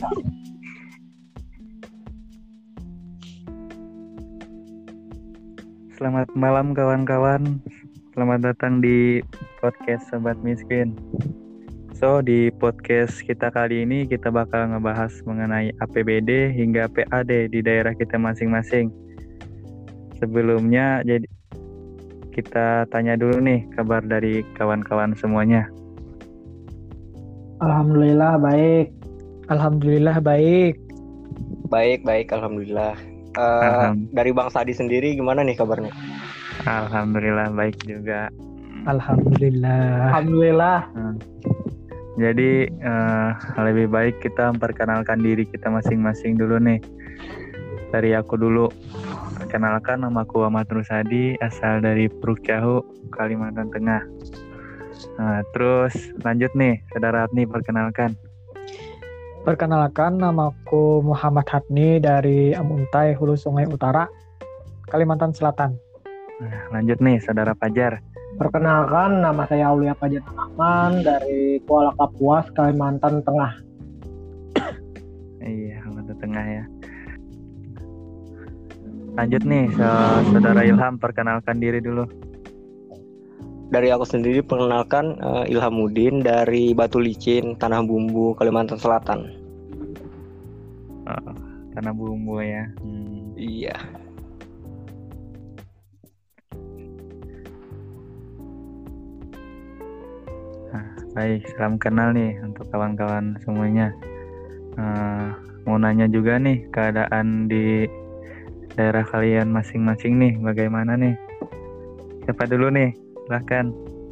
Selamat malam kawan-kawan. Selamat datang di podcast Sobat Miskin. So, di podcast kita kali ini kita bakal ngebahas mengenai APBD hingga PAD di daerah kita masing-masing. Sebelumnya, jadi kita tanya dulu nih kabar dari kawan-kawan semuanya. Alhamdulillah baik. Alhamdulillah baik. Baik, alhamdulillah. Dari Bang Sadi sendiri gimana nih kabarnya? Alhamdulillah baik juga. Alhamdulillah. Jadi lebih baik kita memperkenalkan diri kita masing-masing dulu nih. Dari aku dulu. Perkenalkan, nama aku Ahmad Rusadi, asal dari Puruk Cahu, Kalimantan Tengah. Terus lanjut nih, Saudara Hatni perkenalkan. Perkenalkan, namaku Muhammad Hatni dari Amuntai, Hulu Sungai Utara, Kalimantan Selatan. Lanjut nih, Saudara Fajar. Perkenalkan, nama saya Aulia Fajar Rahman dari Kuala Kapuas, Kalimantan Tengah. Iya, Kalimantan Tengah ya. Lanjut nih, Saudara Ilham, perkenalkan diri dulu. Dari aku sendiri perkenalkan Ilhamuddin dari Batu Licin, Tanah Bumbu, Kalimantan Selatan. Tanah Bumbu ya. Iya. Baik, salam kenal nih untuk kawan-kawan semuanya. Mau nanya juga nih keadaan di daerah kalian masing-masing nih, bagaimana nih? Siapa dulu nih? Silahkan.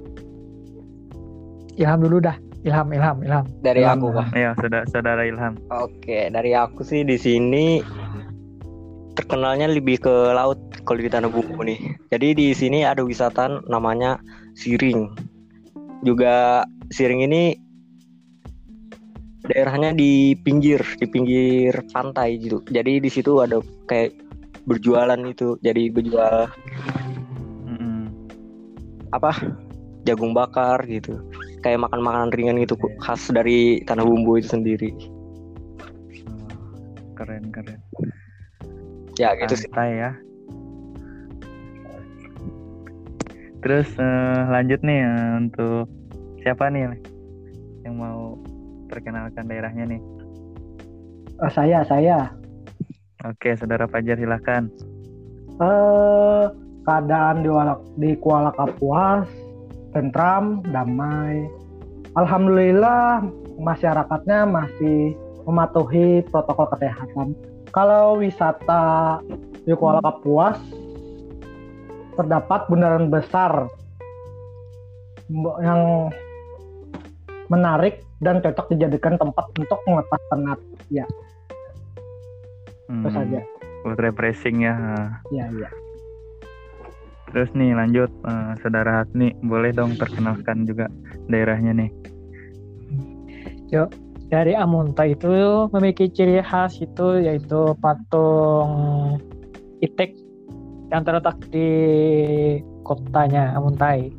Ilham dulu dah. Ilham. Dari aku, Pak. Ayo, saudara Ilham. Oke, dari aku sih di sini terkenalnya lebih ke laut kalau di Tanah Bumbu nih. Jadi di sini ada wisata namanya Siring. Juga Siring ini daerahnya di pinggir pantai gitu. Jadi di situ ada kayak berjualan itu. Jadi berjual jagung bakar gitu, kayak makan makanan ringan gitu, khas dari Tanah Bumbu itu sendiri. Keren Ya gitu sih. Santai ya. Terus lanjut nih untuk siapa nih yang mau perkenalkan daerahnya nih? Saya. Oke, Saudara Fajar silakan. Keadaan di Kuala Kapuas tentram, damai. Alhamdulillah masyarakatnya masih mematuhi protokol kesehatan. Kalau wisata di Kuala Kapuas terdapat bundaran besar yang menarik dan cocok dijadikan tempat untuk melepas penat. Ya. Itu saja. Buat refreshing ya. Iya. Terus nih lanjut, Saudara Hatni, boleh dong perkenalkan juga daerahnya nih. Yuk, dari Amuntai itu memiliki ciri khas itu yaitu patung itik yang terletak di kotanya Amuntai.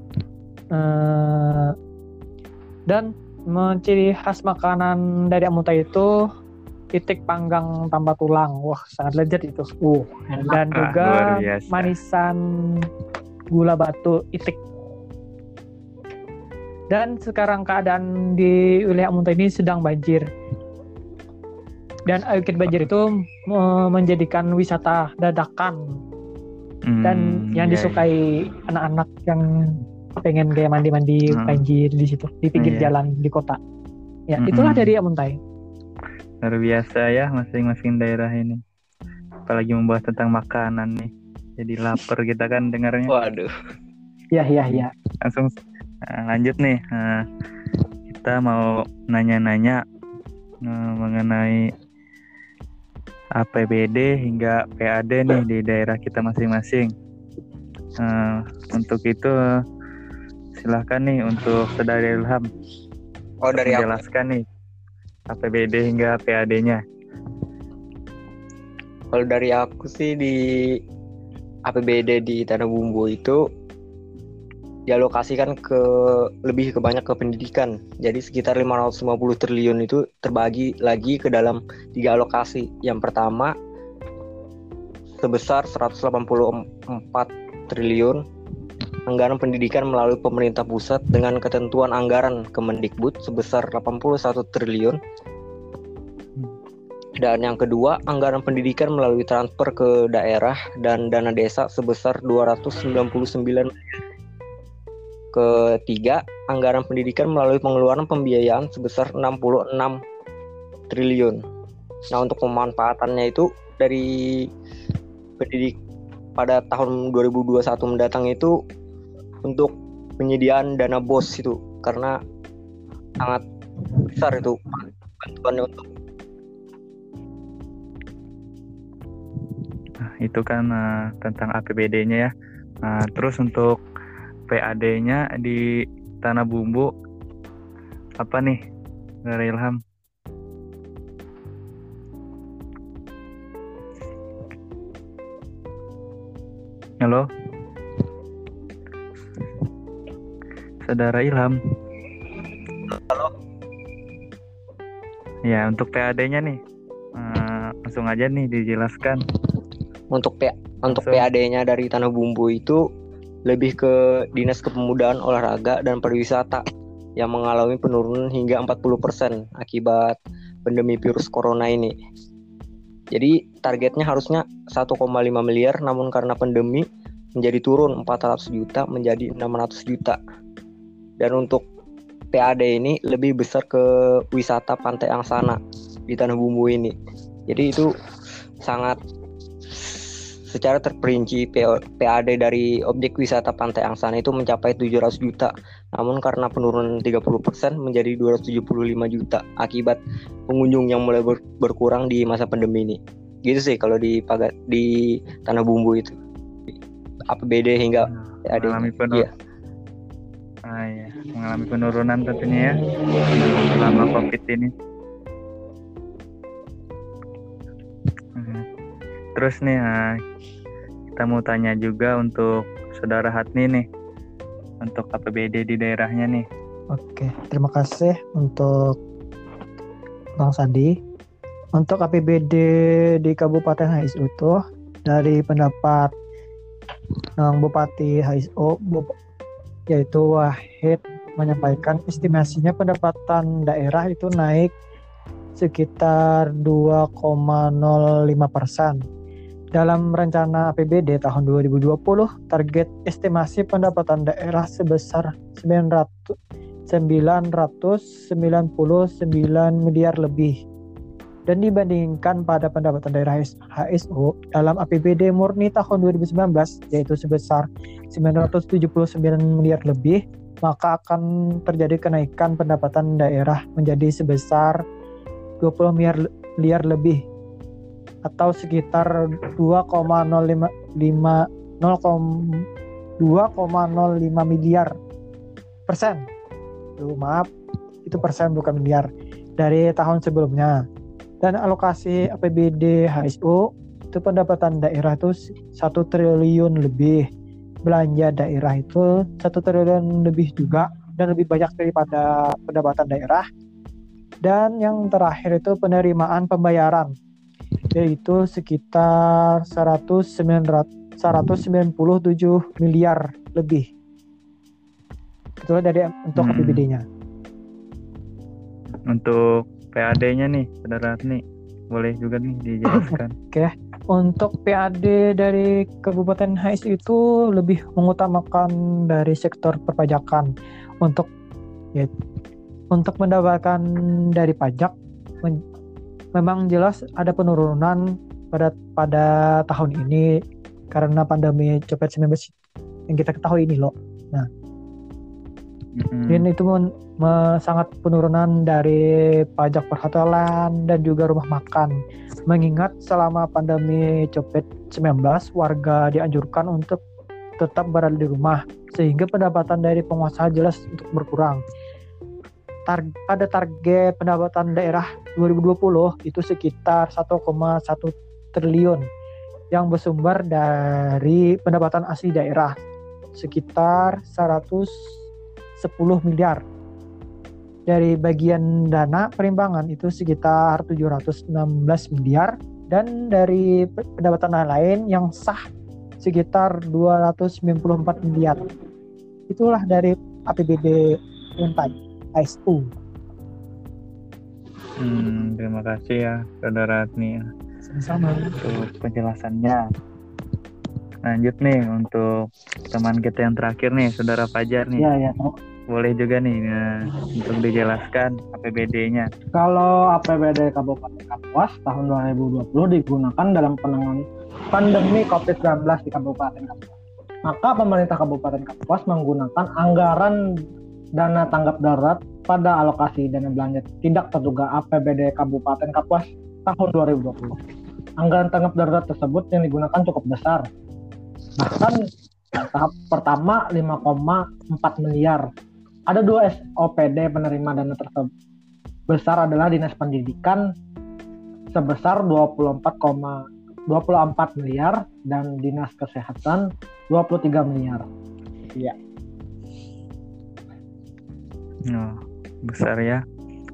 Dan ciri khas makanan dari Amuntai itu itik panggang tambah tulang. Wah, sangat lezat itu. Dan juga manisan gula batu itik. Dan sekarang keadaan di wilayah Amuntai ini sedang banjir. Dan air banjir itu menjadikan wisata dadakan. Dan yang disukai anak-anak yang pengen kayak mandi-mandi banjir di situ, di pinggir jalan di kota. Ya, itulah dari Amuntai. Luar biasa ya masing-masing daerah ini. Apalagi membahas tentang makanan nih. Jadi lapar kita kan dengarnya. Waduh. Iya. Langsung lanjut nih. Kita mau nanya-nanya mengenai APBD hingga PAD nih di daerah kita masing-masing. Untuk itu silahkan nih untuk Saudara Ilham. Dari aku. Menjelaskan nih APBD hingga PAD-nya. Kalau dari aku sih di APBD di Tanah Bumbu itu dialokasikan lebih banyak ke pendidikan. Jadi sekitar 550 triliun itu terbagi lagi ke dalam 3 alokasi. Yang pertama sebesar 184 triliun anggaran pendidikan melalui pemerintah pusat dengan ketentuan anggaran Kemendikbud sebesar 81 triliun. Dan yang kedua, anggaran pendidikan melalui transfer ke daerah dan dana desa sebesar 299 miliar. Ketiga, anggaran pendidikan melalui pengeluaran pembiayaan sebesar 66 triliun. Nah, untuk pemanfaatannya itu dari pendidik pada tahun 2021 mendatang itu untuk penyediaan dana BOS itu, karena sangat besar itu bantuannya untuk. Nah, itu kan tentang APBD-nya ya. Terus untuk PAD-nya di Tanah Bumbu apa nih dari Ilham? Halo, saudara Ilham. Halo. Ya, untuk PAD-nya nih langsung aja nih dijelaskan. Untuk PAD-nya dari Tanah Bumbu itu lebih ke Dinas Kepemudaan, Olahraga, dan Pariwisata yang mengalami penurunan hingga 40% akibat pandemi virus corona ini. Jadi targetnya harusnya 1,5 miliar, namun karena pandemi menjadi turun 400 juta menjadi 600 juta. Dan untuk PAD ini lebih besar ke wisata Pantai Angsana di Tanah Bumbu ini. Jadi itu sangat secara terperinci PAD dari objek wisata Pantai Angsana itu mencapai 700 juta. Namun karena penurunan 30% menjadi 275 juta akibat pengunjung yang mulai berkurang di masa pandemi ini. Gitu sih kalau di Tanah Bumbu itu. APBD hingga PAD. Mengalami penurunan. Iya. Mengalami penurunan tentunya ya selama Covid ini. Terus nih kita mau tanya juga untuk saudara Hatni nih untuk APBD di daerahnya nih. Oke, terima kasih untuk Bang Sandi. Untuk APBD di Kabupaten HSU itu dari pendapat Bupati HSU yaitu Wahid menyampaikan estimasinya pendapatan daerah itu naik sekitar 2,05%. Dalam rencana APBD tahun 2020, target estimasi pendapatan daerah sebesar 999 miliar lebih. Dan dibandingkan pada pendapatan daerah HSU dalam APBD murni tahun 2019 yaitu sebesar 979 miliar lebih, maka akan terjadi kenaikan pendapatan daerah menjadi sebesar 20 miliar lebih atau sekitar 2,05 miliar persen. Maaf, itu persen bukan miliar dari tahun sebelumnya. Dan alokasi APBD HSU itu pendapatan daerah itu 1 triliun lebih. Belanja daerah itu 1 triliun lebih juga dan lebih banyak daripada pendapatan daerah. Dan yang terakhir itu penerimaan pembayaran yaitu sekitar 197 miliar lebih. Itulah dari untuk APBD-nya. Untuk PAD-nya nih, saudara Ratni, boleh juga nih dijelaskan. Oke, untuk PAD dari Kabupaten HSU itu lebih mengutamakan dari sektor perpajakan. Untuk mendapatkan dari pajak memang jelas ada penurunan pada tahun ini karena pandemi COVID-19 yang kita ketahui ini loh. Nah, dan itu sangat penurunan dari pajak perhotelan dan juga rumah makan. Mengingat selama pandemi COVID-19 warga dianjurkan untuk tetap berada di rumah sehingga pendapatan dari pengusaha jelas untuk berkurang. Pada target pendapatan daerah 2020 itu sekitar 1,1 triliun yang bersumber dari pendapatan asli daerah sekitar 110 miliar. Dari bagian dana perimbangan itu sekitar 716 miliar, dan dari pendapatan lain yang sah sekitar 294 miliar. Itulah dari APBD Unpad ASU. Terima kasih ya Saudara Adni Sama-sama untuk penjelasannya. Lanjut nih untuk teman kita yang terakhir nih, Saudara Fajar nih. Ya. Boleh juga nih untuk dijelaskan APBD-nya. Kalau APBD Kabupaten Kapuas tahun 2020 digunakan dalam penanganan pandemi COVID-19 di Kabupaten Kapuas. Maka pemerintah Kabupaten Kapuas menggunakan anggaran dana tanggap darurat pada alokasi dana belanja tidak terduga APBD Kabupaten Kapuas tahun 2020. Anggaran tanggap darurat tersebut yang digunakan cukup besar. Bahkan tahap pertama 5,4 miliar. Ada 2 SOPD penerima dana tersebut. Besar adalah Dinas Pendidikan sebesar 24 miliar dan Dinas Kesehatan 23 miliar. Iya. Oh, besar ya.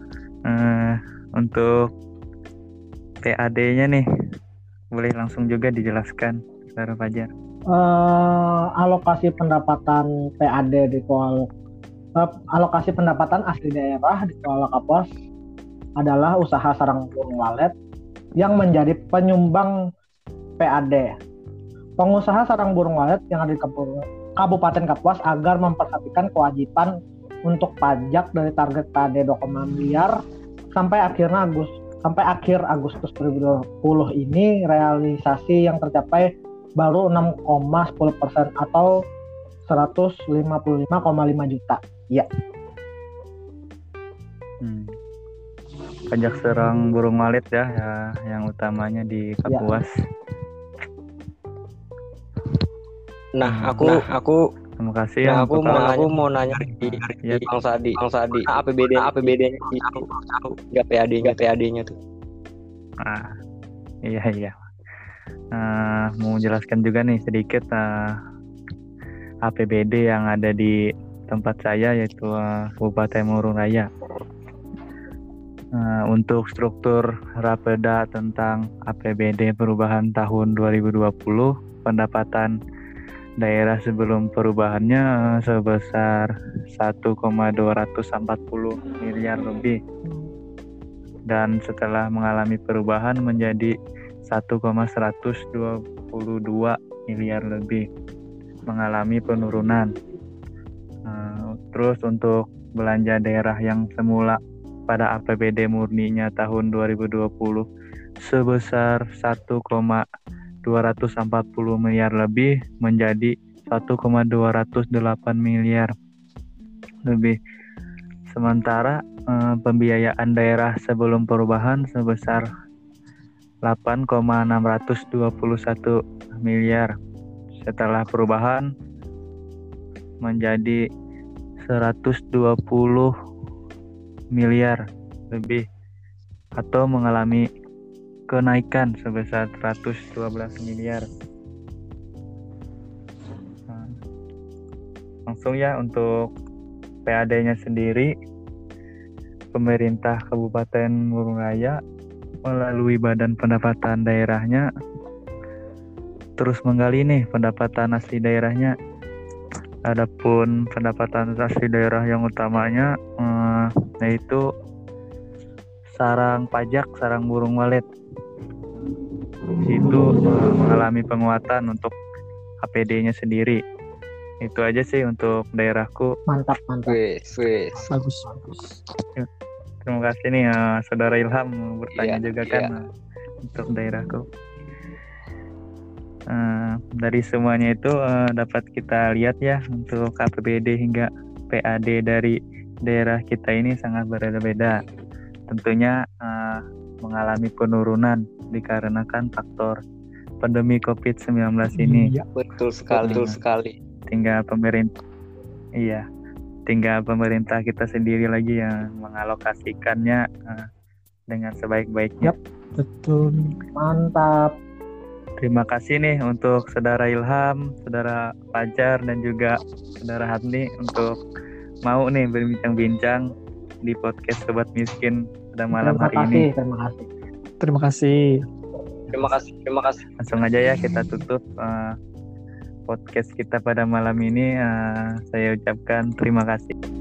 Untuk PAD-nya nih, boleh langsung juga dijelaskan, Saudara Fajar. Alokasi pendapatan PAD di alokasi pendapatan asli daerah di Kuala Kapuas adalah usaha sarang burung walet yang menjadi penyumbang PAD. Pengusaha sarang burung walet yang ada di Kabupaten Kapuas agar memperhatikan kewajiban untuk pajak dari target PAD 2,5 miliar sampai akhir Agustus 2020 ini realisasi yang tercapai baru 6,10% atau 155,5 juta. Ya. Pajak sarang burung walet ya, yang utamanya di Kapuas. Nah, aku terima kasih ya. Aku mau nanya di Bang Sadi. APBD-nya nggak PAD-nya tuh. Iya. Mau jelaskan juga nih sedikit APBD yang ada di tempat saya, yaitu Kabupaten Murung Raya. Untuk struktur Rapeda tentang APBD perubahan tahun 2020, pendapatan daerah sebelum perubahannya sebesar 1,240 miliar lebih, dan setelah mengalami perubahan menjadi 1,122 miliar lebih, mengalami penurunan. Terus untuk belanja daerah yang semula pada APBD murninya tahun 2020 sebesar 1,240 miliar lebih menjadi 1,208 miliar lebih. Sementara pembiayaan daerah sebelum perubahan sebesar 8,621 miliar. Setelah perubahan menjadi 120 miliar lebih atau mengalami kenaikan sebesar 112 miliar. Langsung ya untuk PAD-nya sendiri, pemerintah Kabupaten Murung Raya melalui Badan Pendapatan Daerahnya terus menggali nih pendapatan asli daerahnya. Adapun pendapatan asli daerah yang utamanya yaitu sarang burung walet. Itu mengalami penguatan untuk APD-nya sendiri. Itu aja sih untuk daerahku. Mantap. Wes. bagus. Terima kasih nih Saudara Ilham bertanya juga kan untuk daerahku. Dari semuanya itu dapat kita lihat ya, untuk APBD hingga PAD dari daerah kita ini sangat berbeda-beda. Tentunya mengalami penurunan dikarenakan faktor pandemi COVID-19 ini. Iya, Betul sekali. Tinggal pemerintah kita sendiri lagi yang mengalokasikannya dengan sebaik-baiknya. betul. Mantap. Terima kasih nih untuk saudara Ilham, saudara Fajar, dan juga saudara Hadni untuk mau nih berbincang-bincang di podcast Sobat Miskin pada malam hari ini. Terima kasih. Terima kasih. Terima kasih. Langsung aja ya kita tutup podcast kita pada malam ini. Saya ucapkan terima kasih.